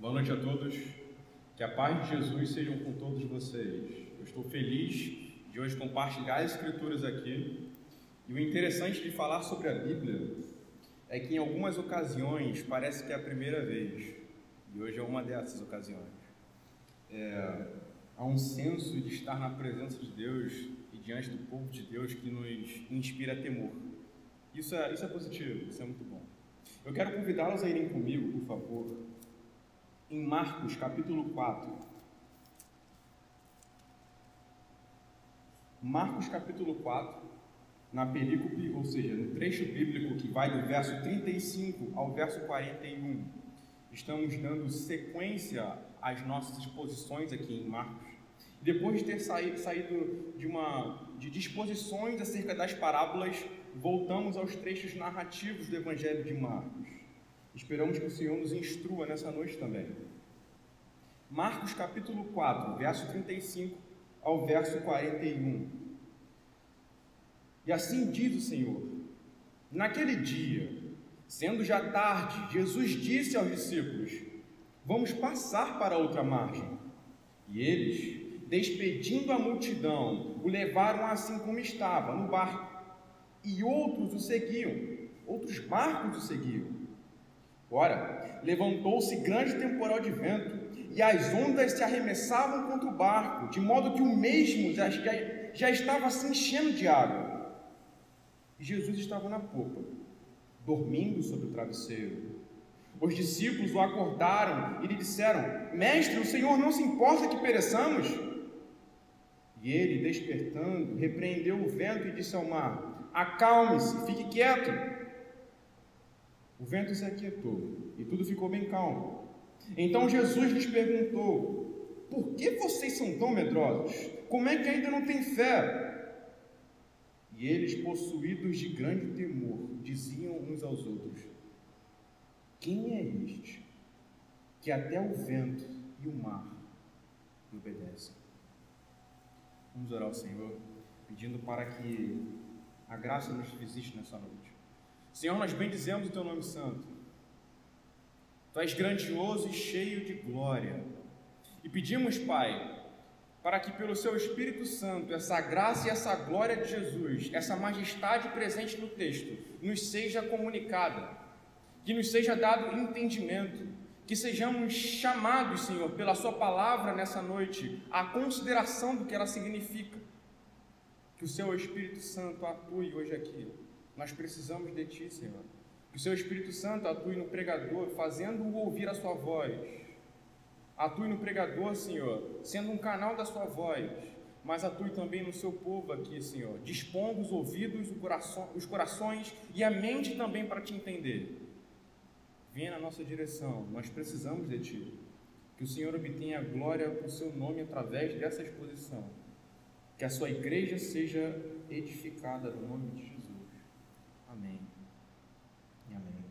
Boa noite a todos, que a paz de Jesus seja com todos vocês. Eu estou feliz de hoje compartilhar as escrituras aqui, e o interessante de falar sobre a Bíblia é que em algumas ocasiões parece que é a primeira vez, e hoje é uma dessas ocasiões. Há um senso de estar na presença de Deus e diante do povo de Deus que nos inspira temor. Isso é positivo, isso é muito bom. Eu quero convidá-los a irem comigo, por favor, em Marcos capítulo 4. Marcos capítulo 4, na perícope, ou seja, no trecho bíblico que vai do verso 35 ao verso 41. Estamos dando sequência às nossas exposições aqui em Marcos. Depois de ter saído de disposições acerca das parábolas, voltamos aos trechos narrativos do Evangelho de Marcos. Esperamos que o Senhor nos instrua nessa noite também. Marcos capítulo 4, verso 35 ao verso 41. E assim diz o Senhor: naquele dia, sendo já tarde, Jesus disse aos discípulos: vamos passar para outra margem. E eles, despedindo a multidão, o levaram assim como estava, no barco, e outros o seguiam, outros barcos o seguiam. Ora, levantou-se grande temporal de vento, e as ondas se arremessavam contra o barco, de modo que o mesmo já estava se enchendo de água. E Jesus estava na popa, dormindo sobre o travesseiro. Os discípulos o acordaram e lhe disseram: Mestre, o Senhor não se importa que pereçamos? E ele, despertando, repreendeu o vento e disse ao mar: acalme-se, fique quieto. O vento se aquietou e tudo ficou bem calmo. Então Jesus lhes perguntou: por que vocês são tão medrosos? Como é que ainda não têm fé? E eles, possuídos de grande temor, diziam uns aos outros: quem é este que até o vento e o mar lhe obedecem? Vamos orar ao Senhor, pedindo para que a graça nos visite nessa noite. Senhor, nós bendizemos o Teu nome santo. Tu és grandioso e cheio de glória. E pedimos, Pai, para que pelo Seu Espírito Santo, essa graça e essa glória de Jesus, essa majestade presente no texto, nos seja comunicada, que nos seja dado entendimento, que sejamos chamados, Senhor, pela Sua palavra nessa noite, à consideração do que ela significa. Que o Seu Espírito Santo atue hoje aqui. Nós precisamos de Ti, Senhor. Que o Seu Espírito Santo atue no pregador, fazendo-o ouvir a Sua voz. Atue no pregador, Senhor, sendo um canal da Sua voz, mas atue também no Seu povo aqui, Senhor, dispondo os ouvidos, os corações e a mente também para Te entender. Venha na nossa direção, nós precisamos de Ti. Que o Senhor obtenha a glória para o Seu nome através dessa exposição. Que a Sua igreja seja edificada no nome de Jesus. Amém e amém.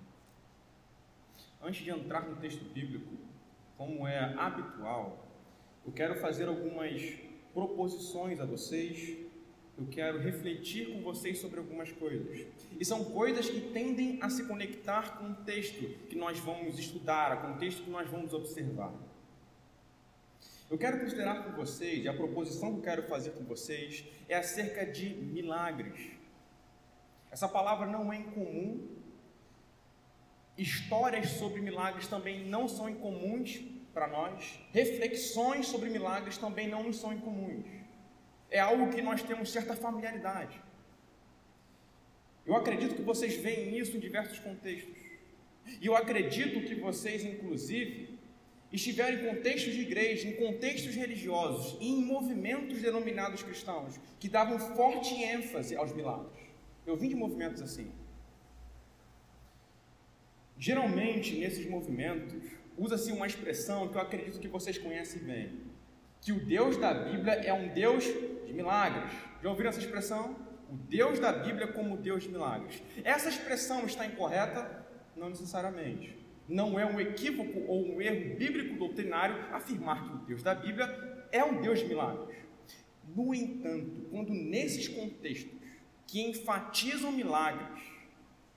Antes de entrar no texto bíblico, como é habitual, eu quero fazer algumas proposições a vocês. Eu quero refletir com vocês sobre algumas coisas. E são coisas que tendem a se conectar com o texto que nós vamos estudar, com o texto que nós vamos observar. Eu quero considerar com vocês, e a proposição que eu quero fazer com vocês é acerca de milagres. Essa palavra não é incomum. Histórias sobre milagres também não são incomuns para nós. Reflexões sobre milagres também não nos são incomuns. É algo que nós temos certa familiaridade. Eu acredito que vocês veem isso em diversos contextos. E eu acredito que vocês, inclusive, estiveram em contextos de igreja, em contextos religiosos e em movimentos denominados cristãos que davam forte ênfase aos milagres. Eu vim de movimentos assim. Geralmente, nesses movimentos, usa-se uma expressão que eu acredito que vocês conhecem bem, que o Deus da Bíblia é um Deus de milagres. Já ouviram essa expressão? O Deus da Bíblia como Deus de milagres. Essa expressão está incorreta? Não necessariamente. Não é um equívoco ou um erro bíblico doutrinário afirmar que o Deus da Bíblia é um Deus de milagres. No entanto, quando nesses contextos que enfatizam milagres,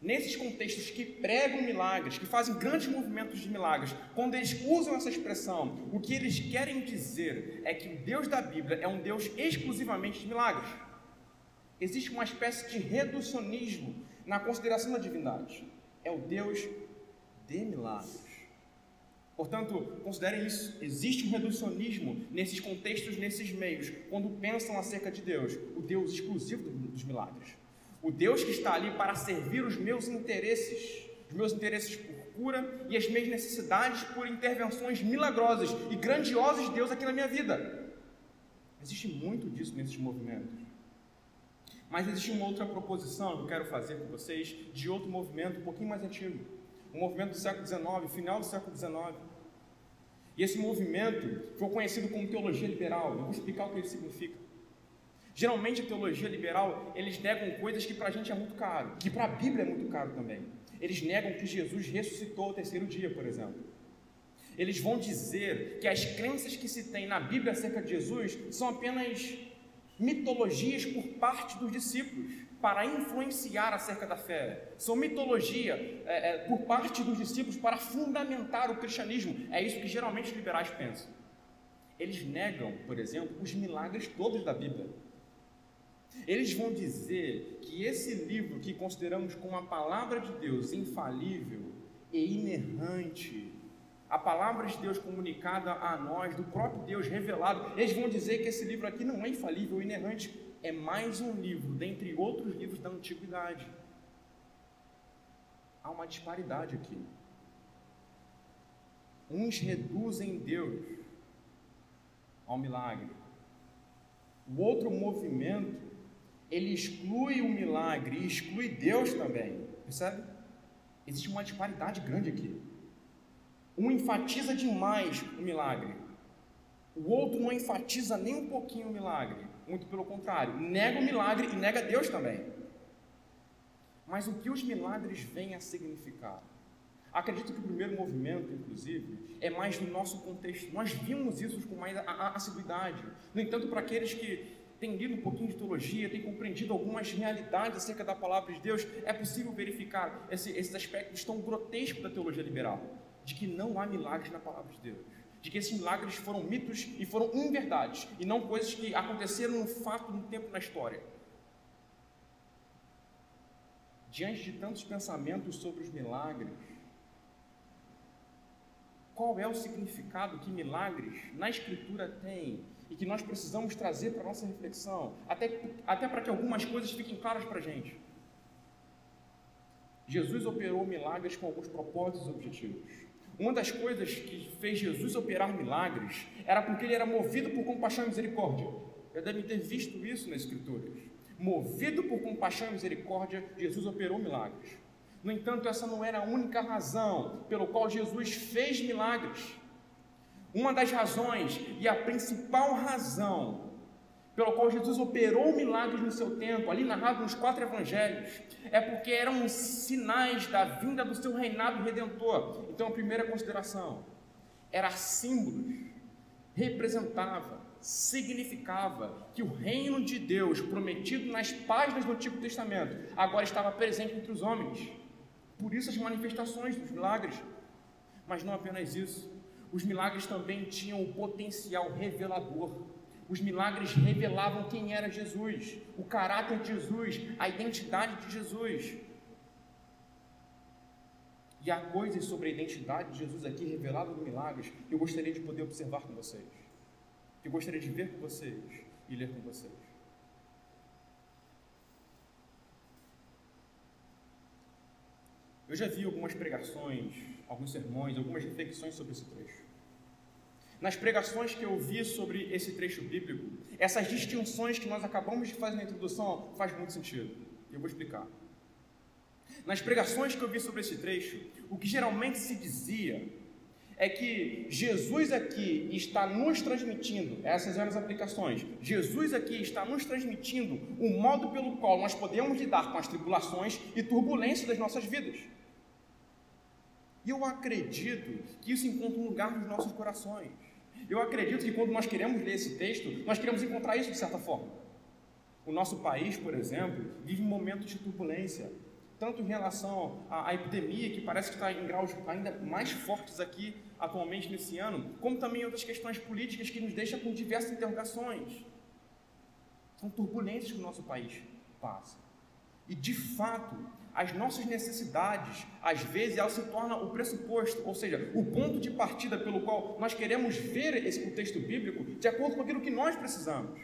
nesses contextos que pregam milagres, que fazem grandes movimentos de milagres, quando eles usam essa expressão, o que eles querem dizer é que o Deus da Bíblia é um Deus exclusivamente de milagres. Existe uma espécie de reducionismo na consideração da divindade. É o Deus de milagres. Portanto, considerem isso. Existe um reducionismo nesses contextos, nesses meios, quando pensam acerca de Deus, o Deus exclusivo dos milagres. O Deus que está ali para servir os meus interesses por cura e as minhas necessidades por intervenções milagrosas e grandiosas de Deus aqui na minha vida. Existe muito disso nesses movimentos. Mas existe uma outra proposição que eu quero fazer com vocês, de outro movimento um pouquinho mais antigo. Um movimento do século XIX, final do século XIX. E esse movimento foi conhecido como teologia liberal. Eu vou explicar o que isso significa. Geralmente a teologia liberal, eles negam coisas que para a gente é muito caro, que para a Bíblia é muito caro também. Eles negam que Jesus ressuscitou ao terceiro dia, por exemplo. Eles vão dizer que as crenças que se tem na Bíblia acerca de Jesus são apenas mitologias por parte dos discípulos, para influenciar acerca da fé. São mitologia por parte dos discípulos para fundamentar o cristianismo. É isso que geralmente os liberais pensam. Eles negam, por exemplo, os milagres todos da Bíblia. Eles vão dizer que esse livro que consideramos como a palavra de Deus infalível e inerrante, a palavra de Deus comunicada a nós, do próprio Deus revelado, eles vão dizer que esse livro aqui não é infalível e inerrante, é mais um livro, dentre outros livros da antiguidade. Há uma disparidade aqui. Uns reduzem Deus ao milagre. O outro movimento, ele exclui o milagre e exclui Deus também. Percebe? Existe uma disparidade grande aqui. Um enfatiza demais o milagre. O outro não enfatiza nem um pouquinho o milagre. Muito pelo contrário, nega o milagre e nega Deus também. Mas o que os milagres vêm a significar? Acredito que o primeiro movimento, inclusive, é mais no nosso contexto. Nós vimos isso com mais assiduidade. No entanto, para aqueles que têm lido um pouquinho de teologia, têm compreendido algumas realidades acerca da palavra de Deus, é possível verificar esses aspectos tão grotescos da teologia liberal, de que não há milagres na palavra de Deus, de que esses milagres foram mitos e foram inverdades, e não coisas que aconteceram no fato, no tempo, na história. Diante de tantos pensamentos sobre os milagres, qual é o significado que milagres na Escritura têm e que nós precisamos trazer para a nossa reflexão, até para que algumas coisas fiquem claras para a gente? Jesus operou milagres com alguns propósitos e objetivos. Uma das coisas que fez Jesus operar milagres era porque ele era movido por compaixão e misericórdia. Já devem ter visto isso nas Escrituras. Movido por compaixão e misericórdia, Jesus operou milagres. No entanto, essa não era a única razão pelo qual Jesus fez milagres. Uma das razões, e a principal razão, pelo qual Jesus operou milagres no seu tempo, ali narrado nos 4 evangelhos, é porque eram sinais da vinda do seu reinado redentor. Então, a primeira consideração, era símbolos, representava, significava que o reino de Deus, prometido nas páginas do Antigo Testamento, agora estava presente entre os homens. Por isso as manifestações dos milagres. Mas não apenas isso, os milagres também tinham o potencial revelador. Os milagres revelavam quem era Jesus, o caráter de Jesus, a identidade de Jesus. E há coisas sobre a identidade de Jesus aqui revelada no milagres que eu gostaria de poder observar com vocês, que eu gostaria de ver com vocês e ler com vocês. Eu já vi algumas pregações, alguns sermões, algumas reflexões sobre esse trecho. Nas pregações que eu vi sobre esse trecho bíblico, essas distinções que nós acabamos de fazer na introdução faz muito sentido. Eu vou explicar. Nas pregações que eu vi sobre esse trecho, o que geralmente se dizia é que Jesus aqui está nos transmitindo, essas eram as aplicações, Jesus aqui está nos transmitindo o modo pelo qual nós podemos lidar com as tribulações e turbulências das nossas vidas. E eu acredito que isso encontra um lugar nos nossos corações. Eu acredito que quando nós queremos ler esse texto, nós queremos encontrar isso de certa forma. O nosso país, por exemplo, vive momentos de turbulência, tanto em relação à epidemia, que parece que está em graus ainda mais fortes aqui atualmente nesse ano, como também outras questões políticas que nos deixam com diversas interrogações. São turbulências que o nosso país passa. E, de fato, as nossas necessidades, às vezes, elas se tornam o pressuposto, ou seja, o ponto de partida pelo qual nós queremos ver o texto bíblico de acordo com aquilo que nós precisamos.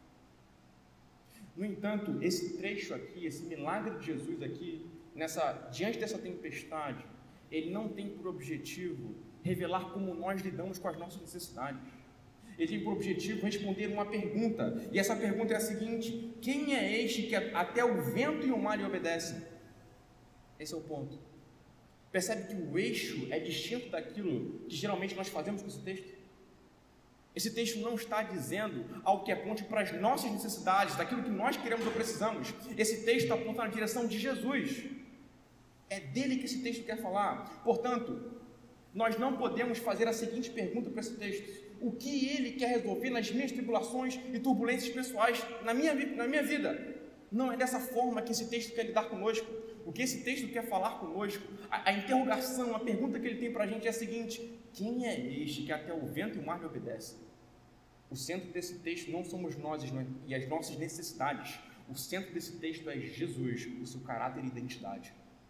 No entanto, esse trecho aqui, esse milagre de Jesus aqui, diante dessa tempestade, ele não tem por objetivo revelar como nós lidamos com as nossas necessidades. Ele tem por objetivo responder uma pergunta, e essa pergunta é a seguinte: quem é este que até o vento e o mar lhe obedecem? Esse é o ponto. Percebe que o eixo é distinto daquilo que geralmente nós fazemos com esse texto? Esse texto não está dizendo algo que aponte para as nossas necessidades, daquilo que nós queremos ou precisamos. Esse texto aponta na direção de Jesus. É dele que esse texto quer falar. Portanto, nós não podemos fazer a seguinte pergunta para esse texto: o que ele quer resolver nas minhas tribulações e turbulências pessoais na minha vida? Não é dessa forma que esse texto quer lidar conosco. O que esse texto quer falar conosco, a interrogação, a pergunta que ele tem para a gente é a seguinte: quem é este que até o vento e o mar lhe obedecem? O centro desse texto não somos nós e as nossas necessidades. O centro desse texto é Jesus, o seu caráter e identidade.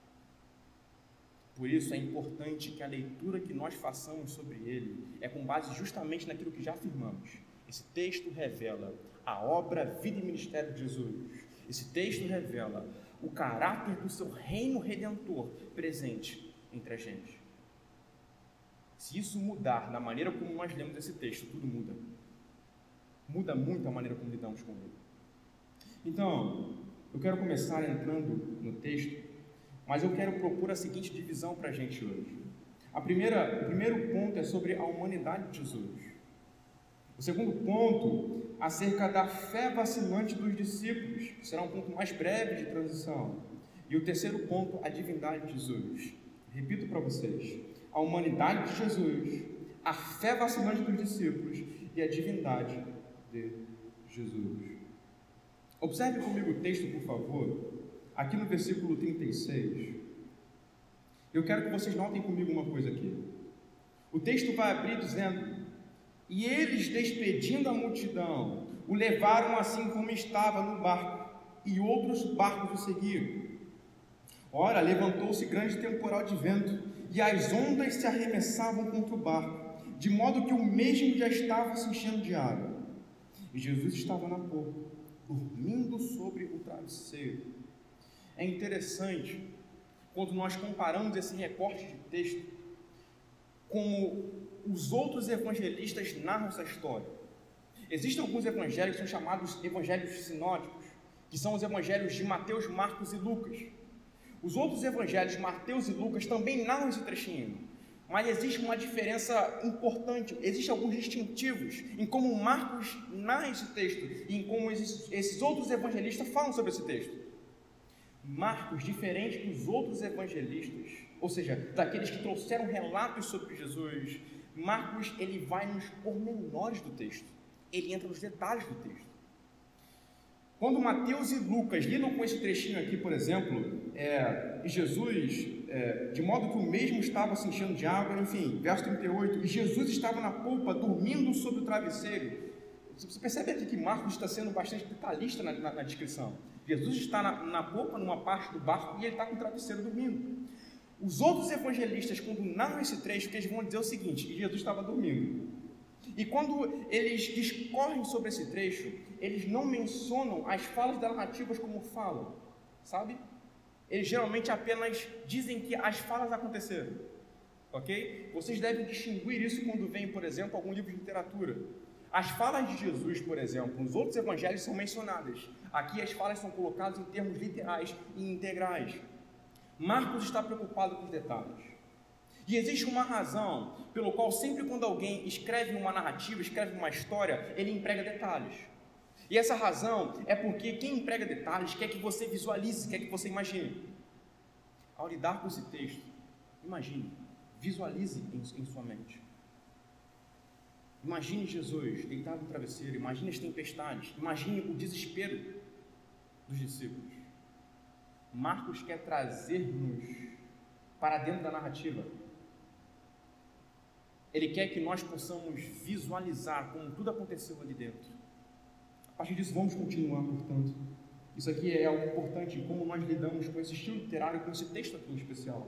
Por isso é importante que a leitura que nós façamos sobre ele é com base justamente naquilo que já afirmamos. Esse texto revela a obra, vida e ministério de Jesus. Esse texto revela o caráter do seu reino redentor presente entre a gente. Se isso mudar na maneira como nós lemos esse texto, tudo muda. Muda muito a maneira como lidamos com ele. Então, eu quero começar entrando no texto, mas eu quero propor a seguinte divisão para a gente hoje. O primeiro ponto é sobre a humanidade de Jesus. O segundo ponto, acerca da fé vacilante dos discípulos, que será um ponto mais breve de transição. E o terceiro ponto, a divindade de Jesus. Repito para vocês: a humanidade de Jesus, a fé vacilante dos discípulos e a divindade de Jesus. Observe comigo o texto, por favor, aqui no versículo 36. Eu quero que vocês notem comigo uma coisa aqui. O texto vai abrir dizendo: e eles, despedindo a multidão, o levaram assim como estava no barco, e outros barcos o seguiram. Ora, levantou-se grande temporal de vento, e as ondas se arremessavam contra o barco, de modo que o mesmo já estava se enchendo de água. E Jesus estava na popa, dormindo sobre o travesseiro. É interessante, quando nós comparamos esse recorte de texto, como os outros evangelistas narram essa história. Existem alguns evangelhos que são chamados evangelhos sinóticos, que são os evangelhos de Mateus, Marcos e Lucas. Os outros evangelhos, Mateus e Lucas, também narram esse trechinho, mas existe uma diferença importante, existem alguns distintivos em como Marcos narra esse texto e em como esses outros evangelistas falam sobre esse texto. Marcos, diferente dos outros evangelistas, ou seja, daqueles que trouxeram relatos sobre Jesus, Marcos, ele vai nos pormenores do texto, ele entra nos detalhes do texto. Quando Mateus e Lucas lidam com esse trechinho aqui, por exemplo, Jesus, de modo que o mesmo estava se enchendo de água, enfim, verso 38, e Jesus estava na polpa, dormindo sobre o travesseiro. Você percebe aqui que Marcos está sendo bastante detalhista na descrição. Jesus está na polpa, numa parte do barco, e ele está com o travesseiro dormindo. Os outros evangelistas, quando narram esse trecho, que eles vão dizer o seguinte: que Jesus estava dormindo. E quando eles discorrem sobre esse trecho, eles não mencionam as falas das narrativas como falam, sabe? Eles geralmente apenas dizem que as falas aconteceram, ok? Vocês devem distinguir isso quando vem, por exemplo, algum livro de literatura. As falas de Jesus, por exemplo, nos outros evangelhos são mencionadas. Aqui as falas são colocadas em termos literais e integrais. Marcos está preocupado com os detalhes. E existe uma razão pelo qual sempre quando alguém escreve uma narrativa, escreve uma história, ele emprega detalhes. E essa razão é porque quem emprega detalhes quer que você visualize, quer que você imagine. Ao lidar com esse texto, imagine, visualize em sua mente. Imagine Jesus deitado no travesseiro, imagine as tempestades, imagine o desespero dos discípulos. Marcos quer trazer-nos para dentro da narrativa. Ele quer que nós possamos visualizar como tudo aconteceu ali dentro. A partir disso, vamos continuar, portanto. Isso aqui é algo importante, como nós lidamos com esse estilo literário, com esse texto aqui em especial.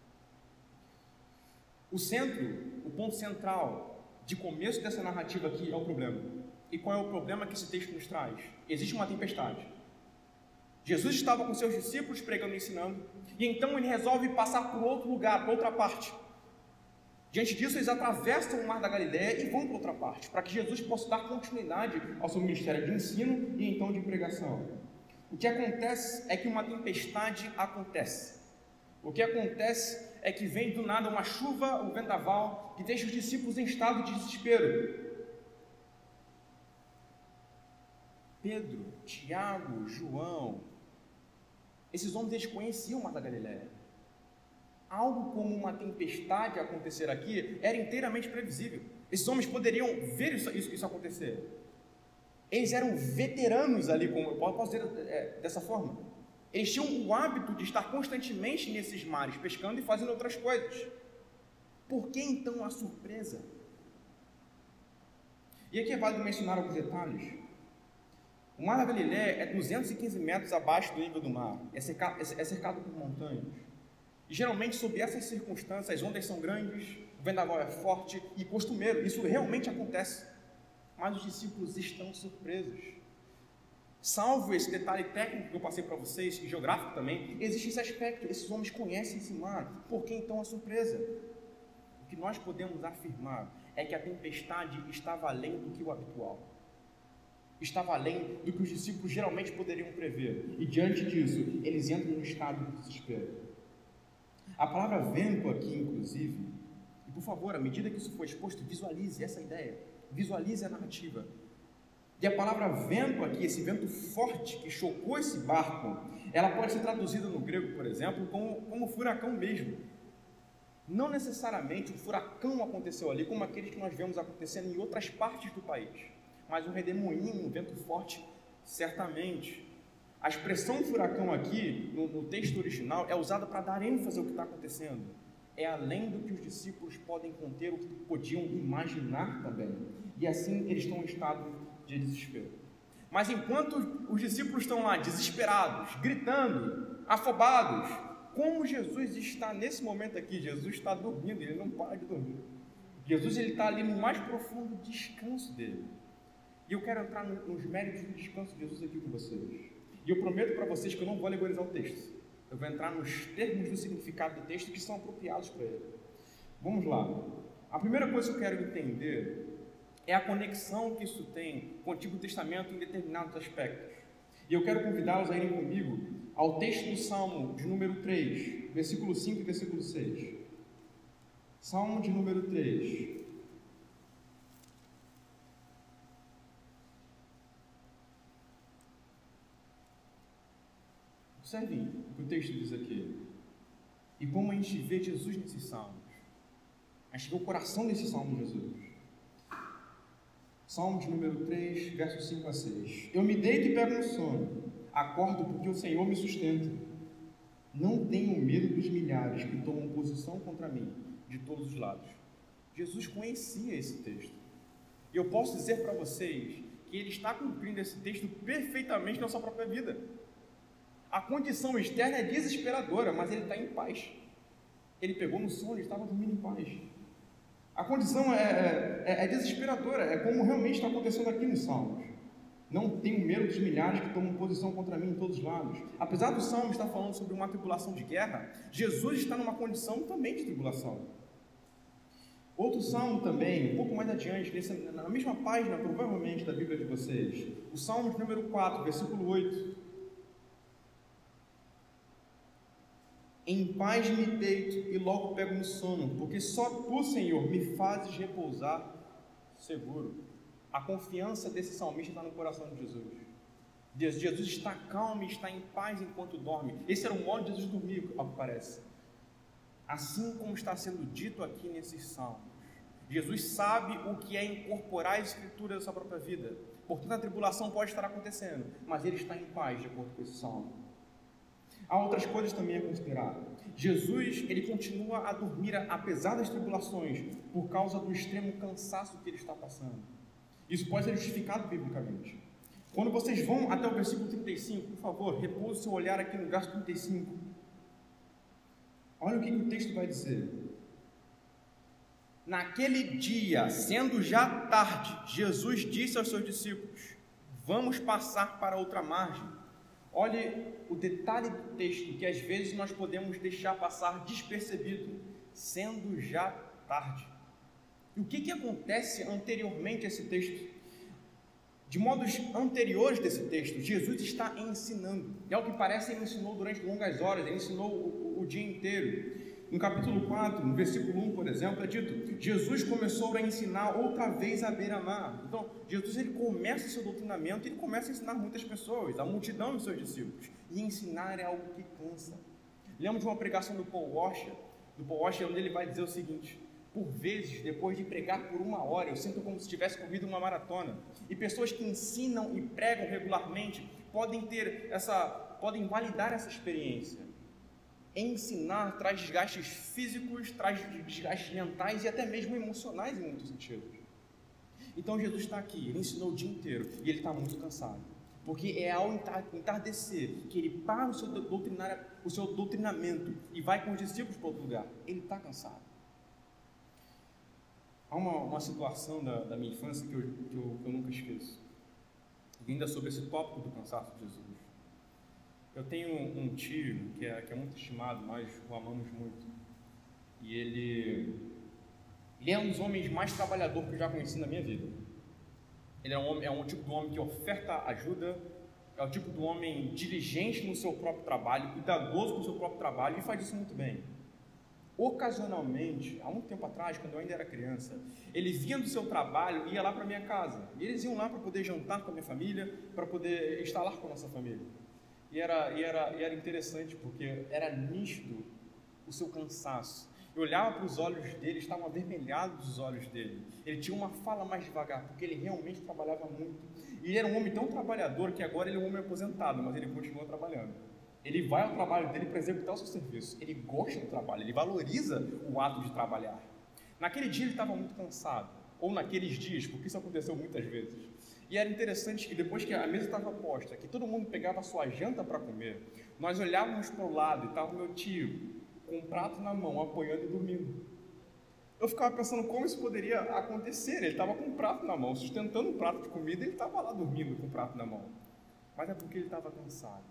O centro, o ponto central de começo dessa narrativa aqui é o problema. E qual é o problema que esse texto nos traz? Existe uma tempestade. Jesus estava com seus discípulos pregando e ensinando, e então ele resolve passar por outro lugar, para outra parte. Diante disso, eles atravessam o mar da Galileia e vão para outra parte, para que Jesus possa dar continuidade ao seu ministério de ensino e então de pregação. O que acontece é que uma tempestade acontece. O que acontece é que vem do nada uma chuva, um vendaval, que deixa os discípulos em estado de desespero. Pedro, Tiago, João, esses homens eles conheciam o mar da Galileia. Algo como uma tempestade acontecer aqui era inteiramente previsível. Esses homens poderiam ver isso acontecer. Eles eram veteranos ali, como eu posso dizer dessa forma. Eles tinham o hábito de estar constantemente nesses mares, pescando e fazendo outras coisas. Por que então a surpresa? E aqui é válido mencionar alguns detalhes. O mar da Galileia é 215 metros abaixo do nível do mar. É cercado por montanhas. E geralmente, sob essas circunstâncias, as ondas são grandes, o vendaval é forte e costumeiro. Isso realmente acontece. Mas os discípulos estão surpresos. Salvo esse detalhe técnico que eu passei para vocês, e geográfico também, existe esse aspecto. Esses homens conhecem esse mar. Por que então a surpresa? O que nós podemos afirmar é que a tempestade estava além do que o habitual. Estava além do que os discípulos geralmente poderiam prever. E diante disso, eles entram num estado de desespero. A palavra vento aqui, inclusive, e por favor, à medida que isso for exposto, visualize essa ideia, visualize a narrativa. E a palavra vento aqui, esse vento forte que chocou esse barco, ela pode ser traduzida no grego, por exemplo, como furacão mesmo. Não necessariamente o furacão aconteceu ali, como aqueles que nós vemos acontecendo em outras partes do país, mas um redemoinho, um vento forte, certamente. A expressão furacão aqui, no texto original, é usada para dar ênfase ao que está acontecendo. É além do que os discípulos podem conter, o que podiam imaginar também. E assim eles estão em estado de desespero. Mas enquanto os discípulos estão lá desesperados, gritando, afobados, como Jesus está nesse momento aqui? Jesus está dormindo, ele não para de dormir. Jesus está ali no mais profundo descanso dele. E eu quero entrar nos méritos do descanso de Jesus aqui com vocês. E eu prometo para vocês que eu não vou alegorizar o texto. Eu vou entrar nos termos do significado do texto que são apropriados para ele. Vamos lá. A primeira coisa que eu quero entender é a conexão que isso tem com o Antigo Testamento em determinados aspectos. E eu quero convidá-los a irem comigo ao texto do Salmo de número 3, versículo 5 e versículo 6. Salmo de número 3. Observem o que o texto diz aqui. E como a gente vê Jesus nesses salmos. A gente vê o coração desse salmo de Jesus. Salmo de número 3, versos 5 a 6. Eu me deito e pego no sono. Acordo porque o Senhor me sustenta. Não tenho medo dos milhares que tomam posição contra mim, de todos os lados. Jesus conhecia esse texto. E eu posso dizer para vocês que ele está cumprindo esse texto perfeitamente na sua própria vida. A condição externa é desesperadora, mas ele está em paz. Ele pegou no sono e estava dormindo em paz. A condição é desesperadora, é como realmente está acontecendo aqui nos Salmos. Não tenho medo dos milhares que tomam posição contra mim em todos os lados. Apesar do Salmo estar falando sobre uma tribulação de guerra, Jesus está numa condição também de tribulação. Outro Salmo também, um pouco mais adiante, na mesma página, provavelmente, da Bíblia de vocês. O Salmo de número 4, versículo 8. Em paz me deito e logo pego no sono, porque só Tu, Senhor, me fazes repousar seguro. A confiança desse salmista está no coração de Jesus. Jesus está calmo e está em paz enquanto dorme. Esse era o modo de Jesus dormir, ao que parece. Assim como está sendo dito aqui nesses salmos. Jesus sabe o que é incorporar a Escritura da sua própria vida. Portanto, a tribulação pode estar acontecendo, mas ele está em paz, de acordo com esse salmo. Há outras coisas também a considerar. Jesus, ele continua a dormir apesar das tribulações, por causa do extremo cansaço que ele está passando. Isso pode ser justificado biblicamente. Quando vocês vão até o versículo 35, por favor, repouse seu olhar aqui no verso 35. Olha o que o texto vai dizer. Naquele dia, sendo já tarde, Jesus disse aos seus discípulos: vamos passar para outra margem. Olhe o detalhe do texto, que às vezes nós podemos deixar passar despercebido, sendo já tarde. E o que acontece anteriormente a esse texto? De modos anteriores desse texto, Jesus está ensinando. E ao que parece, ele ensinou durante longas horas, ele ensinou o dia inteiro. No capítulo 4, no versículo 1, por exemplo, é dito: Jesus começou a ensinar outra vez à beira-mar. Então, Jesus, ele começa seu doutrinamento, ele começa a ensinar muitas pessoas, a multidão dos seus discípulos. E ensinar é algo que cansa. Lembro de uma pregação do Paul Washer, onde ele vai dizer o seguinte: por vezes, depois de pregar por 1 hora, eu sinto como se tivesse corrido uma maratona. E pessoas que ensinam e pregam regularmente podem validar essa experiência. Ensinar traz desgastes físicos, traz desgastes mentais e até mesmo emocionais em muitos sentidos. Então Jesus está aqui, ele ensinou o dia inteiro e ele está muito cansado. Porque é ao entardecer que ele para o seu doutrinamento e vai com os discípulos para outro lugar. Ele está cansado. Há uma situação da minha infância que eu nunca esqueço, ainda sobre esse tópico do cansaço de Jesus. Eu tenho um tio que é muito estimado, nós o amamos muito, e ele é um dos homens mais trabalhadores que eu já conheci na minha vida. Ele é um tipo de homem que oferta ajuda, é o tipo de homem diligente no seu próprio trabalho, cuidadoso com o seu próprio trabalho, e faz isso muito bem. Ocasionalmente, há muito tempo atrás, quando eu ainda era criança, ele vinha do seu trabalho e ia lá para a minha casa. E eles iam lá para poder jantar com a minha família, para poder estar lá com a nossa família. E era interessante, porque era nítido o seu cansaço. Eu olhava para os olhos dele, estavam avermelhados os olhos dele. Ele tinha uma fala mais devagar, porque ele realmente trabalhava muito. E ele era um homem tão trabalhador que agora ele é um homem aposentado, mas ele continua trabalhando. Ele vai ao trabalho dele para executar o seu serviço. Ele gosta do trabalho, ele valoriza o ato de trabalhar. Naquele dia ele estava muito cansado, ou naqueles dias, porque isso aconteceu muitas vezes. E era interessante que depois que a mesa estava posta, que todo mundo pegava a sua janta para comer, nós olhávamos para o lado e estava o meu tio com um prato na mão, apoiando e dormindo. Eu ficava pensando como isso poderia acontecer. Ele estava com um prato na mão, sustentando um prato de comida, e ele estava lá dormindo com o prato na mão. Mas é porque ele estava cansado.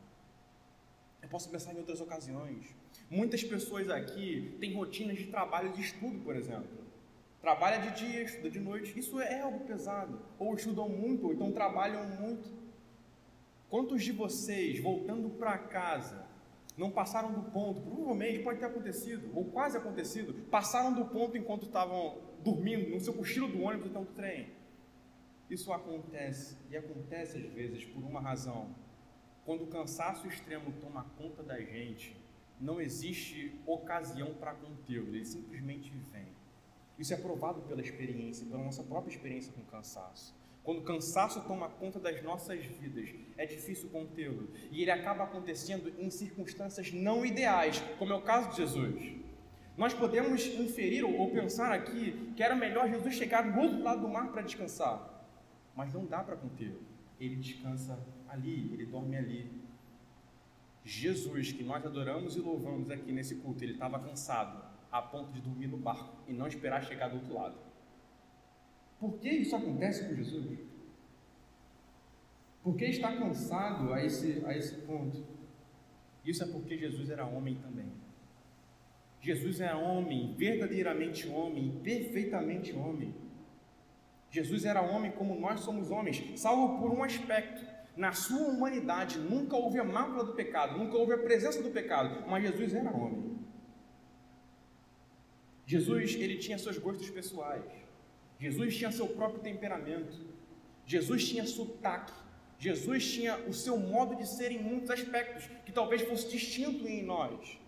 Eu posso pensar em outras ocasiões. Muitas pessoas aqui têm rotinas de trabalho e de estudo, por exemplo. Trabalha de dia, estuda de noite. Isso é algo pesado. Ou estudam muito, ou então trabalham muito. Quantos de vocês, voltando para casa, não passaram do ponto? Provavelmente pode ter acontecido, ou quase acontecido. Passaram do ponto enquanto estavam dormindo, no seu cochilo do ônibus ou então do trem. Isso acontece, e acontece às vezes por uma razão. Quando o cansaço extremo toma conta da gente, não existe ocasião para contê-lo, ele simplesmente vem. Isso é provado pela experiência, pela nossa própria experiência com o cansaço. Quando o cansaço toma conta das nossas vidas, é difícil contê-lo. E ele acaba acontecendo em circunstâncias não ideais, como é o caso de Jesus. Nós podemos inferir ou pensar aqui que era melhor Jesus chegar do outro lado do mar para descansar. Mas não dá para contê-lo. Ele descansa ali, ele dorme ali. Jesus, que nós adoramos e louvamos aqui nesse culto, ele estava cansado, a ponto de dormir no barco e não esperar chegar do outro lado. Por que isso acontece com Jesus? Por que está cansado a esse ponto? Isso é porque Jesus era homem também. Jesus era homem, verdadeiramente homem e perfeitamente homem. Jesus era homem como nós somos homens, salvo por um aspecto. Na sua humanidade nunca houve a mácula do pecado, nunca houve a presença do pecado, mas Jesus era homem. Jesus, ele tinha seus gostos pessoais. Jesus tinha seu próprio temperamento. Jesus tinha sotaque. Jesus tinha o seu modo de ser em muitos aspectos, que talvez fosse distinto em nós.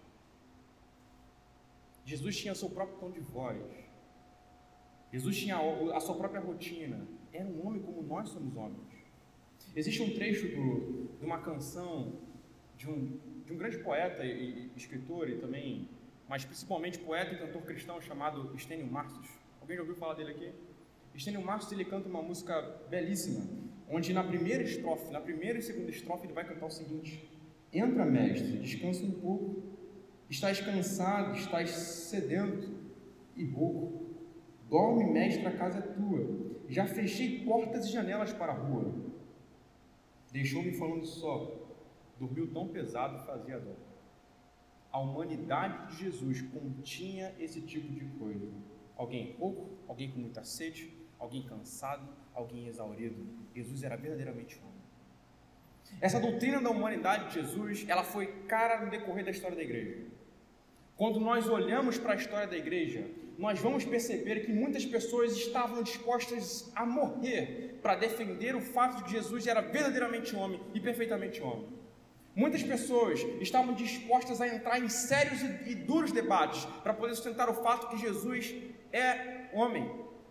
Jesus tinha seu próprio tom de voz. Jesus tinha a sua própria rotina. Era um homem como nós somos homens. Existe um trecho de uma canção de um grande poeta e escritor e também, mas principalmente poeta e cantor cristão chamado Estênio Marços. Alguém já ouviu falar dele aqui? Estênio Marços, ele canta uma música belíssima, onde na primeira e segunda estrofe ele vai cantar o seguinte: entra, mestre, descansa um pouco, estás cansado, estás sedento e rouco. Dorme, mestre, a casa é tua, já fechei portas e janelas para a rua. Deixou-me falando só, dormiu tão pesado, fazia dor. A humanidade de Jesus continha esse tipo de coisa. Alguém rouco, alguém com muita sede, alguém cansado, alguém exaurido. Jesus era verdadeiramente homem. Essa doutrina da humanidade de Jesus, ela foi cara no decorrer da história da igreja. Quando nós olhamos para a história da igreja, nós vamos perceber que muitas pessoas estavam dispostas a morrer para defender o fato de que Jesus era verdadeiramente homem e perfeitamente homem. Muitas pessoas estavam dispostas a entrar em sérios e duros debates para poder sustentar o fato que Jesus é homem.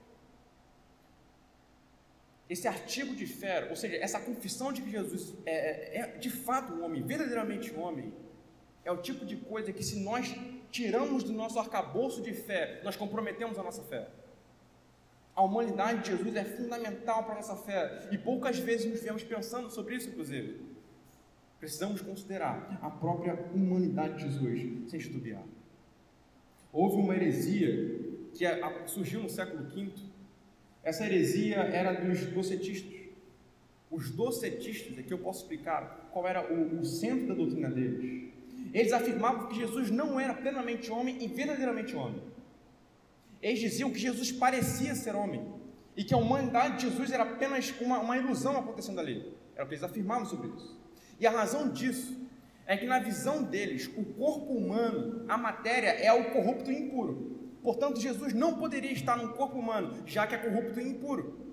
Esse artigo de fé, ou seja, essa confissão de que Jesus é de fato um homem, verdadeiramente homem, é o tipo de coisa que, se nós tiramos do nosso arcabouço de fé, nós comprometemos a nossa fé. A humanidade de Jesus é fundamental para a nossa fé, e poucas vezes nos vemos pensando sobre isso, inclusive. Precisamos considerar a própria humanidade de Jesus, sem titubear. Houve uma heresia que surgiu no século V. Essa heresia era dos docetistas. Os docetistas, aqui eu posso explicar qual era o centro da doutrina deles. Eles afirmavam que Jesus não era plenamente homem e verdadeiramente homem. Eles diziam que Jesus parecia ser homem e que a humanidade de Jesus era apenas uma ilusão acontecendo ali. Era o que eles afirmavam sobre isso. E a razão disso é que, na visão deles, o corpo humano, a matéria, é o corrupto e impuro. Portanto, Jesus não poderia estar num corpo humano, já que é corrupto e impuro.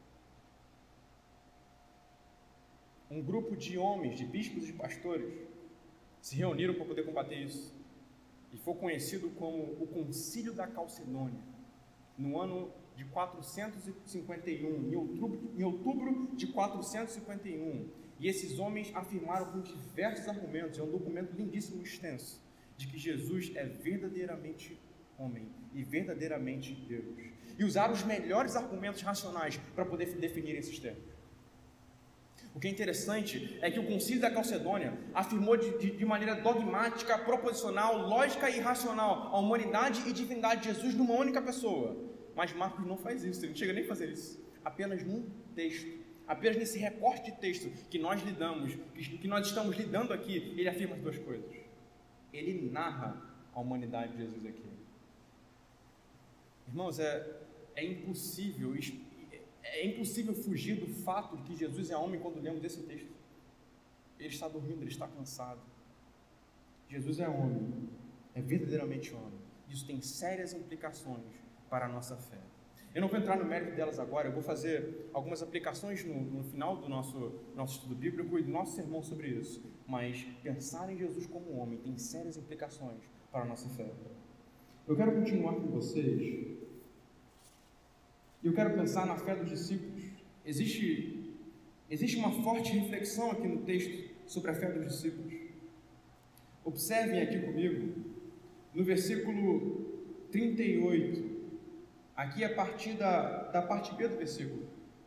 Um grupo de homens, de bispos e pastores, se reuniram para poder combater isso. E foi conhecido como o Concílio da Calcedônia, no ano de 451, em outubro de 451. E esses homens afirmaram com diversos argumentos, é um documento lindíssimo e extenso, de que Jesus é verdadeiramente homem e verdadeiramente Deus. E usaram os melhores argumentos racionais para poder definir esses termos. O que é interessante é que o Concílio da Calcedônia afirmou de maneira dogmática, proposicional, lógica e racional a humanidade e divindade de Jesus numa única pessoa. Mas Marcos não faz isso, ele não chega nem a fazer isso. Apenas num texto, apenas nesse recorte de texto que nós estamos lidando aqui, ele afirma as duas coisas. Ele narra a humanidade de Jesus aqui. Irmãos, é impossível fugir do fato de que Jesus é homem quando lemos esse texto. Ele está dormindo, ele está cansado. Jesus é homem, é verdadeiramente homem. Isso tem sérias implicações para a nossa fé. Eu não vou entrar no mérito delas agora, eu vou fazer algumas aplicações no final do nosso estudo bíblico e do nosso sermão sobre isso. Mas pensar em Jesus como homem tem sérias implicações para a nossa fé. Eu quero continuar com vocês. Eu quero pensar na fé dos discípulos. Existe uma forte reflexão aqui no texto sobre a fé dos discípulos. Observem aqui comigo, no versículo 38, aqui a partir da parte B do versículo.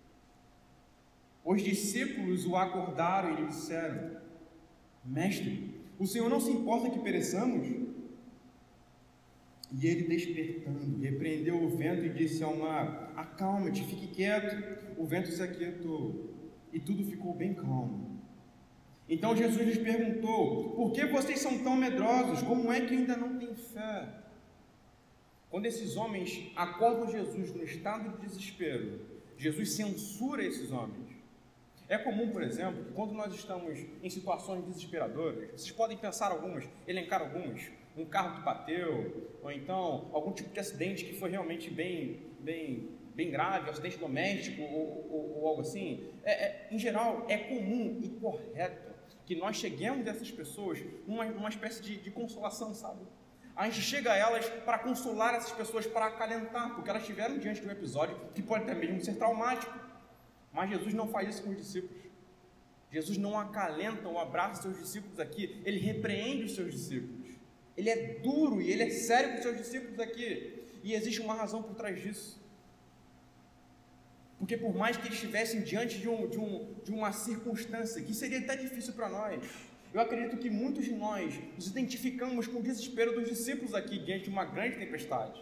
Os discípulos o acordaram e lhe disseram: Mestre, o Senhor não se importa que pereçamos? E ele, despertando, repreendeu o vento e disse ao mar: Acalma-te, fique quieto. O vento se aquietou e tudo ficou bem calmo. Então Jesus lhes perguntou: Por que vocês são tão medrosos? Como é que ainda não têm fé? Quando esses homens acordam Jesus no estado de desespero, Jesus censura esses homens. É comum, por exemplo, que quando nós estamos em situações desesperadoras, vocês podem pensar elencar algumas, um carro que bateu, ou então algum tipo de acidente que foi realmente bem grave, um acidente doméstico ou algo assim. Em geral, é comum e correto que nós cheguemos a essas pessoas numa espécie de consolação, sabe? A gente chega a elas para consolar essas pessoas, para acalentar, porque elas estiveram diante de um episódio que pode até mesmo ser traumático. Mas Jesus não faz isso com os discípulos. Jesus não acalenta ou abraça seus discípulos aqui, ele repreende os seus discípulos. Ele é duro e ele é sério com os seus discípulos aqui. E existe uma razão por trás disso. Porque por mais que eles estivessem diante de uma circunstância que seria até difícil para nós, eu acredito que muitos de nós nos identificamos com o desespero dos discípulos aqui diante de uma grande tempestade.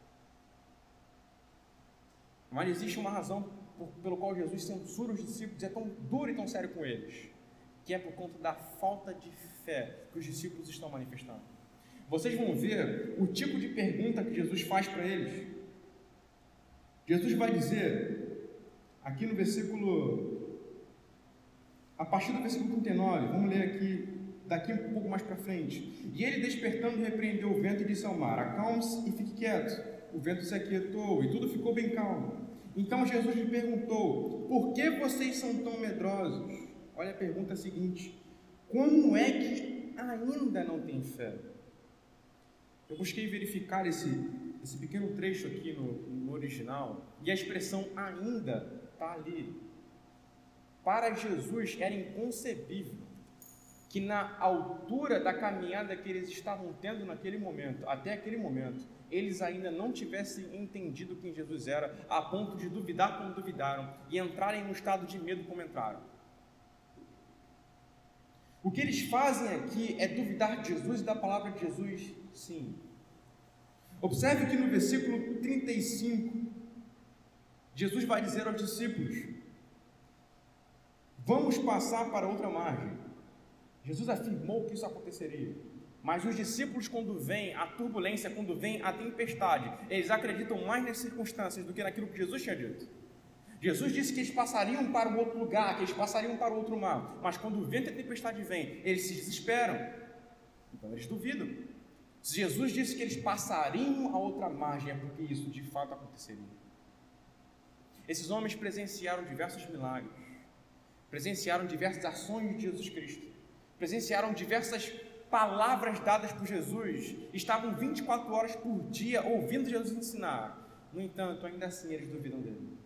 Mas existe uma razão pelo qual Jesus censura os discípulos e é tão duro e tão sério com eles, que é por conta da falta de fé que os discípulos estão manifestando. Vocês vão ver o tipo de pergunta que Jesus faz para eles. Jesus vai dizer, aqui no versículo, a partir do versículo 39, vamos ler aqui, daqui um pouco mais para frente. E ele, despertando, repreendeu o vento e disse ao mar: acalme-se e fique quieto. O vento se aquietou e tudo ficou bem calmo. Então Jesus lhe perguntou: por que vocês são tão medrosos? Olha a pergunta seguinte: como é que ainda não têm fé? Eu busquei verificar esse pequeno trecho aqui no original, e a expressão ainda está ali. Para Jesus era inconcebível que na altura da caminhada que eles estavam tendo naquele momento, até aquele momento, eles ainda não tivessem entendido quem Jesus era, a ponto de duvidar como duvidaram e entrarem no estado de medo como entraram. O que eles fazem aqui é duvidar de Jesus e da palavra de Jesus, sim. Observe que no versículo 35, Jesus vai dizer aos discípulos: vamos passar para outra margem. Jesus afirmou que isso aconteceria. Mas os discípulos, quando vem a turbulência, quando vem a tempestade, eles acreditam mais nas circunstâncias do que naquilo que Jesus tinha dito. Jesus disse que eles passariam para um outro lugar, que eles passariam para outro mar. Mas quando o vento e a tempestade vem, eles se desesperam. Então eles duvidam. Se Jesus disse que eles passariam a outra margem, é porque isso de fato aconteceria. Esses homens presenciaram diversos milagres, presenciaram diversas ações de Jesus Cristo, presenciaram diversas palavras dadas por Jesus, estavam 24 horas por dia ouvindo Jesus ensinar. No entanto, ainda assim eles duvidam dele.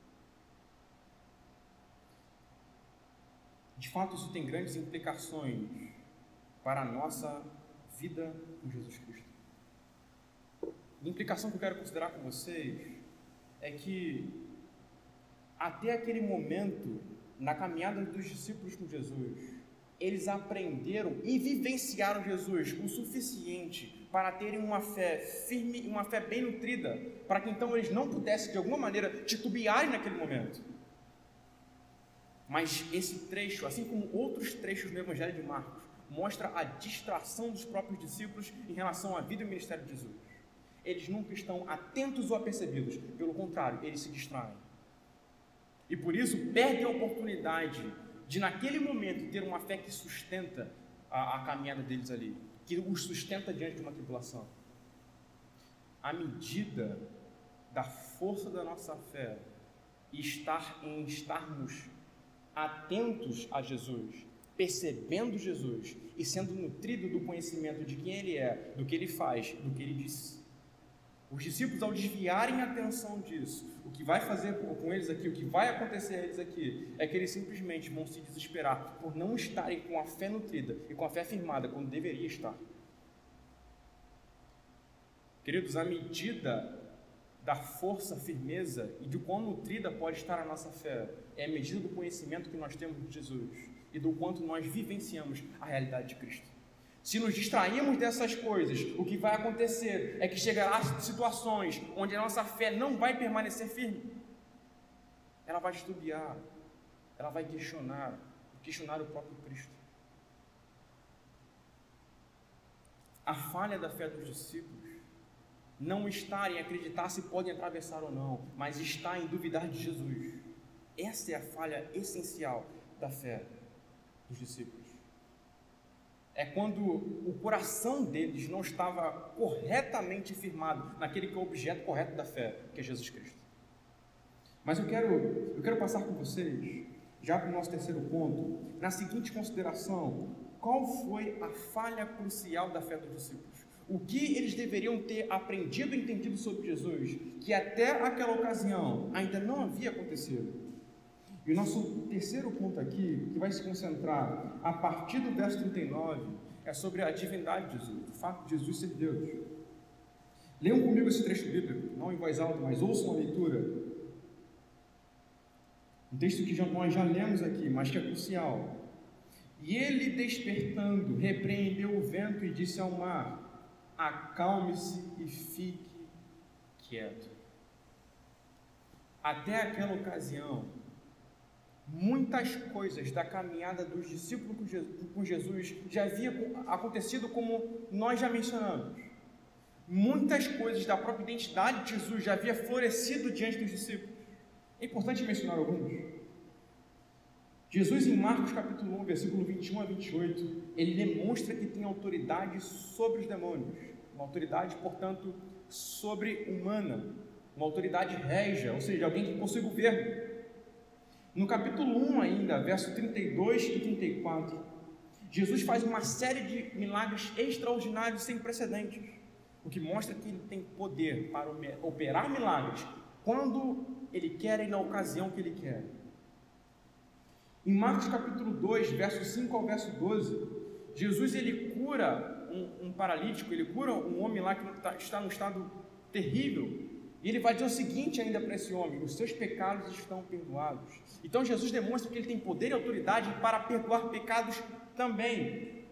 De fato, isso tem grandes implicações para a nossa vida com Jesus Cristo. A implicação que eu quero considerar com vocês é que até aquele momento, na caminhada dos discípulos com Jesus, eles aprenderam e vivenciaram Jesus o suficiente para terem uma fé firme e uma fé bem nutrida, para que então eles não pudessem de alguma maneira titubearem naquele momento. Mas esse trecho, assim como outros trechos no Evangelho de Marcos, mostra a distração dos próprios discípulos em relação à vida e ao ministério de Jesus. Eles nunca estão atentos ou apercebidos, pelo contrário, eles se distraem. E por isso perdem a oportunidade de naquele momento ter uma fé que sustenta a caminhada deles ali, que os sustenta diante de uma tribulação. À medida da força da nossa fé e estarmos atentos a Jesus, percebendo Jesus e sendo nutrido do conhecimento de quem Ele é, do que Ele faz, do que Ele disse. Os discípulos, ao desviarem a atenção disso, o que vai fazer com eles aqui, o que vai acontecer a eles aqui, é que eles simplesmente vão se desesperar por não estarem com a fé nutrida e com a fé firmada quando deveria estar. Queridos, à medida da força, firmeza e de quão nutrida pode estar a nossa fé, é a medida do conhecimento que nós temos de Jesus e do quanto nós vivenciamos a realidade de Cristo. Se nos distrairmos dessas coisas, o que vai acontecer é que chegará situações onde a nossa fé não vai permanecer firme. Ela vai titubear, ela vai questionar o próprio Cristo. A falha da fé dos discípulos não está em acreditar se podem atravessar ou não, mas está em duvidar de Jesus. Essa é a falha essencial da fé dos discípulos. É quando o coração deles não estava corretamente firmado naquele que é o objeto correto da fé, que é Jesus Cristo. Mas eu quero passar com vocês, já para o nosso terceiro ponto, na seguinte consideração: qual foi a falha crucial da fé dos discípulos? O que eles deveriam ter aprendido e entendido sobre Jesus, que até aquela ocasião ainda não havia acontecido? E o nosso terceiro ponto aqui, que vai se concentrar a partir do verso 39, é sobre a divindade de Jesus, o fato de Jesus ser Deus. Leiam comigo esse trecho bíblico, não em voz alta, mas ouçam a leitura. Um texto que nós já lemos aqui, mas que é crucial. E ele, despertando, repreendeu o vento e disse ao mar: acalme-se e fique quieto. Até aquela ocasião, muitas coisas da caminhada dos discípulos com Jesus já havia acontecido, como nós já mencionamos. Muitas coisas da própria identidade de Jesus já havia florescido diante dos discípulos. É importante mencionar alguns. Jesus, em Marcos capítulo 1, versículo 21 a 28, ele demonstra que tem autoridade sobre os demônios, uma autoridade, portanto, sobre-humana, uma autoridade régia, ou seja, alguém que possui governo. No capítulo 1 ainda, verso 32 e 34, Jesus faz uma série de milagres extraordinários sem precedentes, o que mostra que ele tem poder para operar milagres quando ele quer e na ocasião que ele quer. Em Marcos capítulo 2, verso 5 ao verso 12, Jesus ele cura um paralítico, ele cura um homem lá que está num estado terrível, e ele vai dizer o seguinte ainda para esse homem: os seus pecados estão perdoados. Então Jesus demonstra que ele tem poder e autoridade para perdoar pecados também.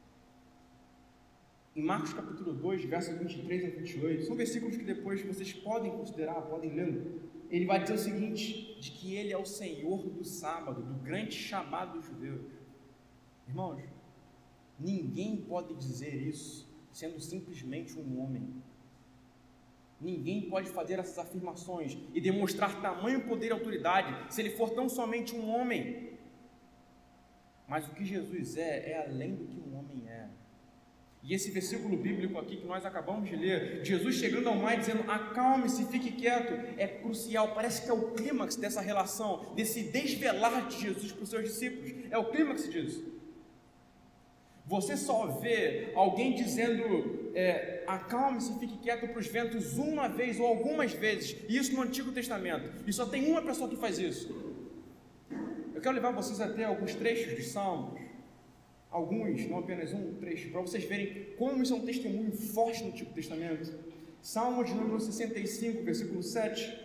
Em Marcos capítulo 2, versos 23 a 28, são versículos que depois vocês podem considerar, podem ler. Ele vai dizer o seguinte, de que ele é o Senhor do sábado, do grande chamado dos judeus. Irmãos, ninguém pode dizer isso sendo simplesmente um homem. Ninguém pode fazer essas afirmações e demonstrar tamanho poder e autoridade se ele for tão somente um homem. Mas o que Jesus é além do que um homem é. E esse versículo bíblico aqui que nós acabamos de ler, Jesus chegando ao mar e dizendo: acalme-se, fique quieto, é crucial, parece que é o clímax dessa relação, desse desvelar de Jesus para os seus discípulos, é o clímax disso. Você só vê alguém dizendo acalme-se, fique quieto para os ventos uma vez ou algumas vezes, e isso no Antigo Testamento, e só tem uma pessoa que faz isso. Eu quero levar vocês até alguns trechos de Salmos, alguns, não apenas um trecho, para vocês verem como isso é um testemunho forte no Antigo Testamento. Salmo de número 65, versículo 7.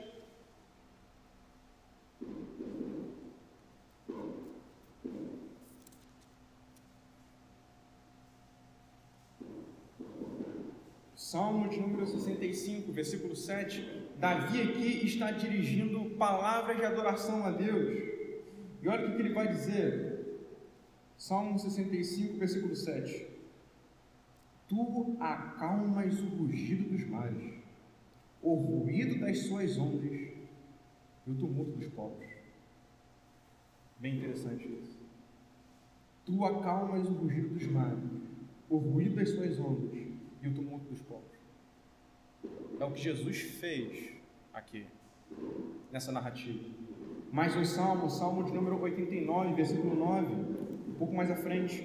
Salmo de número 65, versículo 7. Davi aqui está dirigindo palavras de adoração a Deus. E olha o que ele vai dizer. Salmo 65, versículo 7. Tu acalmas o rugido dos mares, o ruído das suas ondas e o tumulto dos povos. Bem interessante isso. Tu acalmas o rugido dos mares, o ruído das suas ondas e o tumulto dos povos. É o que Jesus fez aqui, nessa narrativa. Mais um salmo, Salmo de número 89, versículo 9, um pouco mais à frente.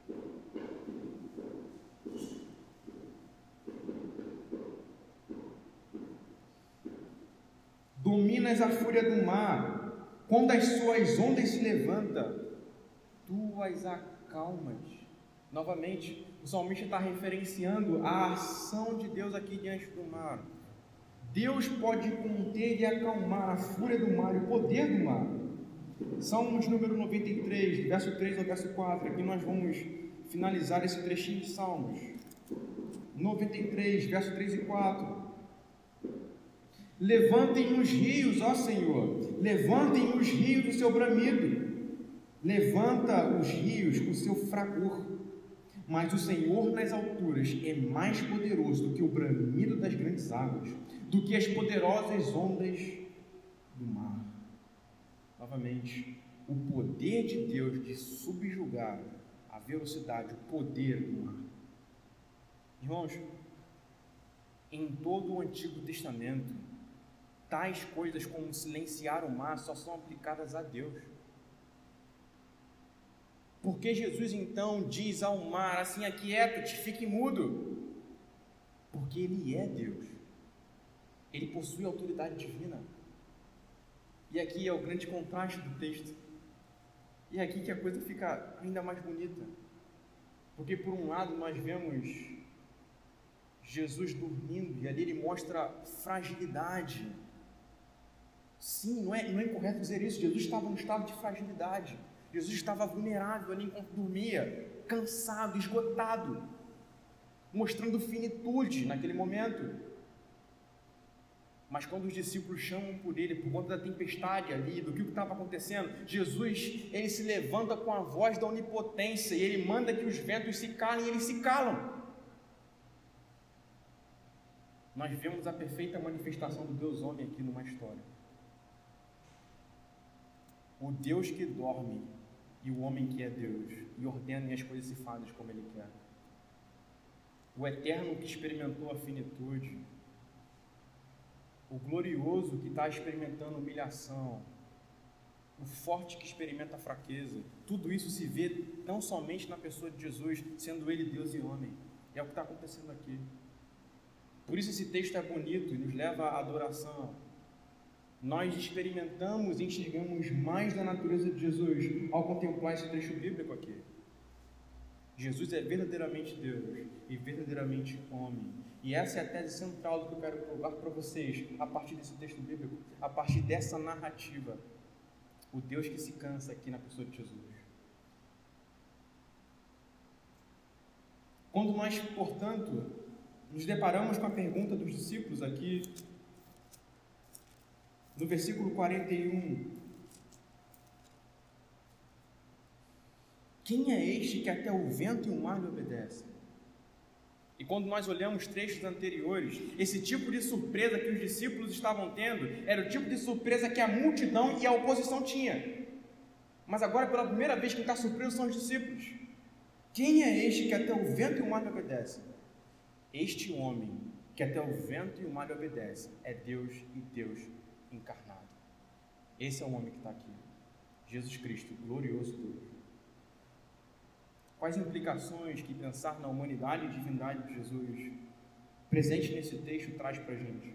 Dominas a fúria do mar, quando as suas ondas se levantam, tu as acalmas. Novamente, o salmista está referenciando a ação de Deus aqui diante do mar. Deus pode conter e acalmar a fúria do mar e o poder do mar. Salmo de número 93, verso 3 ao verso 4, aqui nós vamos finalizar esse trechinho de Salmos. 93, verso 3 e 4. Levantem os rios, ó Senhor, levantem os rios do seu bramido, levanta os rios com o seu fragor, mas o Senhor nas alturas é mais poderoso do que o bramido das grandes águas, do que as poderosas ondas do mar. Novamente, o poder de Deus de subjugar a velocidade, o poder do mar. Irmãos, em todo o Antigo Testamento, tais coisas como silenciar o mar só são aplicadas a Deus. Porque Jesus então diz ao mar assim: aquieta-te, fique mudo? Porque Ele é Deus, Ele possui autoridade divina. E aqui é o grande contraste do texto. E é aqui que a coisa fica ainda mais bonita. Porque por um lado nós vemos Jesus dormindo, e ali ele mostra fragilidade. Sim, não é incorreto dizer isso. Jesus estava num estado de fragilidade. Jesus estava vulnerável ali enquanto dormia, cansado, esgotado, mostrando finitude naquele momento. Mas quando os discípulos chamam por ele, por conta da tempestade ali, do que estava acontecendo, Jesus, ele se levanta com a voz da onipotência, e ele manda que os ventos se calem, e eles se calam. Nós vemos a perfeita manifestação do Deus homem aqui numa história. O Deus que dorme e o homem que é Deus, e ordena e as coisas se fazem como ele quer. O eterno que experimentou a finitude, o glorioso que está experimentando humilhação, o forte que experimenta a fraqueza, tudo isso se vê tão somente na pessoa de Jesus, sendo ele Deus e homem. É o que está acontecendo aqui. Por isso esse texto é bonito e nos leva à adoração. Nós experimentamos e enxergamos mais da natureza de Jesus ao contemplar esse trecho bíblico aqui. Jesus é verdadeiramente Deus e verdadeiramente homem. E essa é a tese central do que eu quero provar para vocês a partir desse texto bíblico, a partir dessa narrativa. O Deus que se cansa aqui na pessoa de Jesus. Quando nós, portanto, nos deparamos com a pergunta dos discípulos aqui, no versículo 41, quem é este que até o vento e o mar lhe obedecem? E quando nós olhamos trechos anteriores, esse tipo de surpresa que os discípulos estavam tendo era o tipo de surpresa que a multidão e a oposição tinha. Mas agora, pela primeira vez, quem está surpreso são os discípulos. Quem é este que até o vento e o mar lhe obedecem? Este homem que até o vento e o mar lhe obedecem é Deus e Deus encarnado. Esse é o homem que está aqui. Jesus Cristo, glorioso Deus. Quais implicações que pensar na humanidade e divindade de Jesus presente nesse texto traz para a gente?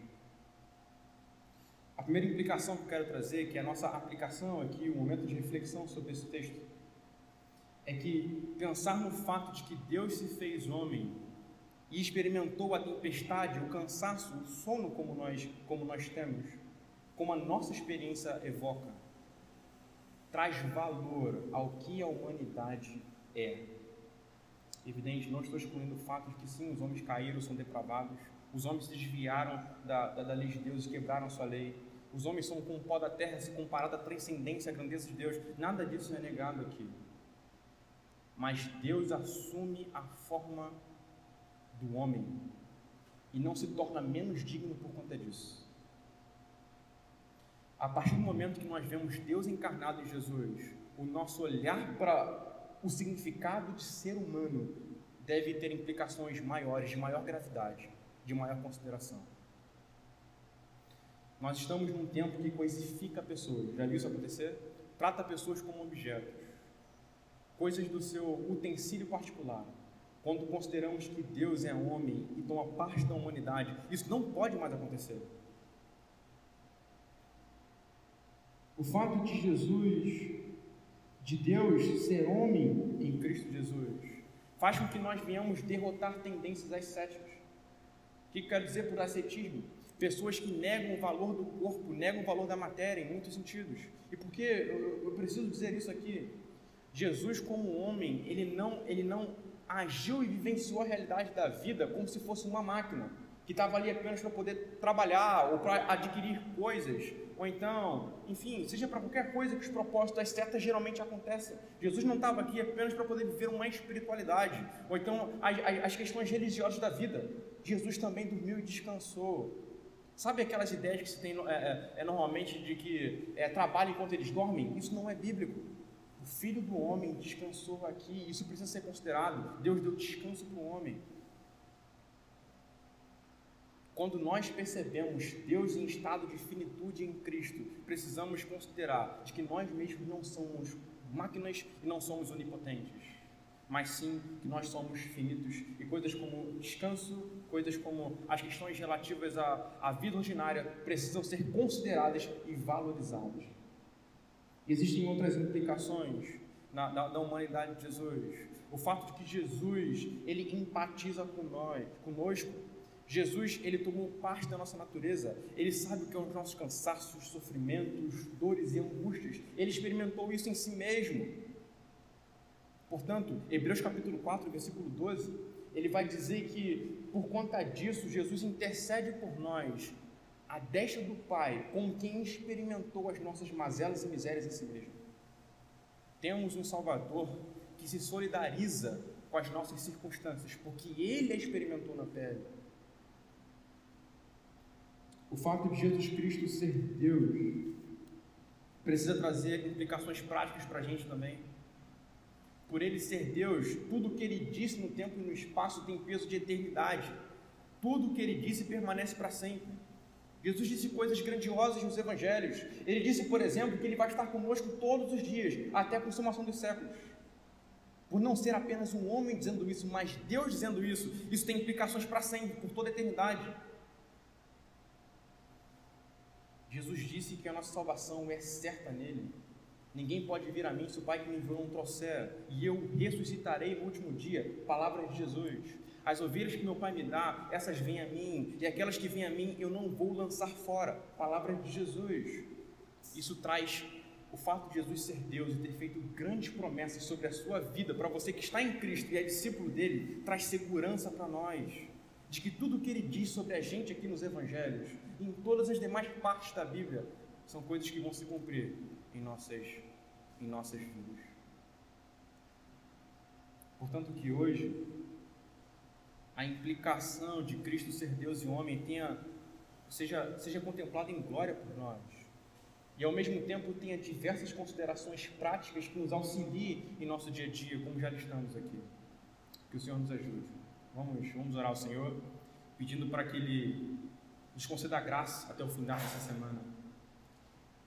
A primeira implicação que eu quero trazer, que é a nossa aplicação aqui, o momento de reflexão sobre esse texto, é que pensar no fato de que Deus se fez homem e experimentou a tempestade, o cansaço, o sono como nós temos, como a nossa experiência evoca, traz valor ao que a humanidade é. Evidente, não estou excluindo o fato de que sim, os homens caíram, são depravados, os homens se desviaram da lei de Deus e quebraram a sua lei, os homens são como o pó da terra se comparado à transcendência, à grandeza de Deus, nada disso é negado aqui. Mas Deus assume a forma do homem e não se torna menos digno por conta disso. A partir do momento que nós vemos Deus encarnado em Jesus, o nosso olhar para o significado de ser humano deve ter implicações maiores, de maior gravidade, de maior consideração. Nós estamos num tempo que coisifica pessoas, já viu isso acontecer? Trata pessoas como objetos, coisas do seu utensílio particular. Quando consideramos que Deus é homem e toma parte da humanidade, isso não pode mais acontecer. O fato de Jesus, de Deus ser homem em Cristo Jesus, faz com que nós venhamos derrotar tendências ascéticas. O que quero dizer por ascetismo? Pessoas que negam o valor do corpo, negam o valor da matéria em muitos sentidos. E por que eu preciso dizer isso aqui? Jesus, como homem, ele não agiu e vivenciou a realidade da vida como se fosse uma máquina, que estava ali apenas para poder trabalhar, ou para adquirir coisas, ou então, enfim, seja para qualquer coisa que os propósitos das setas geralmente acontecem. Jesus não estava aqui apenas para poder viver uma espiritualidade, ou então as questões religiosas da vida. Jesus também dormiu e descansou. Sabe aquelas ideias que se tem normalmente de que trabalha enquanto eles dormem? Isso não é bíblico. O Filho do Homem descansou aqui, isso precisa ser considerado. Deus deu descanso para o homem. Quando nós percebemos Deus em estado de finitude em Cristo, precisamos considerar de que nós mesmos não somos máquinas e não somos onipotentes. mas sim que nós somos finitos e coisas como descanso, coisas como as questões relativas à vida ordinária precisam ser consideradas e valorizadas. Existem outras implicações da humanidade de Jesus. O fato de que Jesus, ele empatiza conosco. Jesus, ele tomou parte da nossa natureza. Ele sabe o que são os nossos cansaços, sofrimentos, dores e angústias. Ele experimentou isso em si mesmo. Portanto, Hebreus capítulo 4, versículo 12, ele vai dizer que, por conta disso, Jesus intercede por nós, à destra do Pai, como quem experimentou as nossas mazelas e misérias em si mesmo. Temos um Salvador que se solidariza com as nossas circunstâncias, porque Ele a experimentou na pele. O fato de Jesus Cristo ser Deus precisa trazer implicações práticas para a gente também. Por Ele ser Deus, tudo o que Ele disse no tempo e no espaço tem peso de eternidade. Tudo o que Ele disse permanece para sempre. Jesus disse coisas grandiosas nos Evangelhos. Ele disse, por exemplo, que Ele vai estar conosco todos os dias, até a consumação dos séculos. Por não ser apenas um homem dizendo isso, mas Deus dizendo isso, isso tem implicações para sempre, por toda a eternidade. Jesus disse que a nossa salvação é certa nele. Ninguém pode vir a mim se o Pai que me enviou não trouxer, e eu ressuscitarei no último dia. Palavra de Jesus. As ovelhas que meu Pai me dá, essas vêm a mim, e aquelas que vêm a mim eu não vou lançar fora. Palavra de Jesus. Isso traz o fato de Jesus ser Deus e ter feito grandes promessas sobre a sua vida, para você que está em Cristo e é discípulo dele, traz segurança para nós, de que tudo o que ele diz sobre a gente aqui nos Evangelhos, e em todas as demais partes da Bíblia, são coisas que vão se cumprir em nossas vidas. Portanto, que hoje a implicação de Cristo ser Deus e homem seja contemplada em glória por nós, e ao mesmo tempo tenha diversas considerações práticas que nos auxiliem em nosso dia a dia, como já listamos aqui. Que o Senhor nos ajude. Vamos orar ao Senhor, pedindo para que Ele nos conceda graça até o final dessa semana.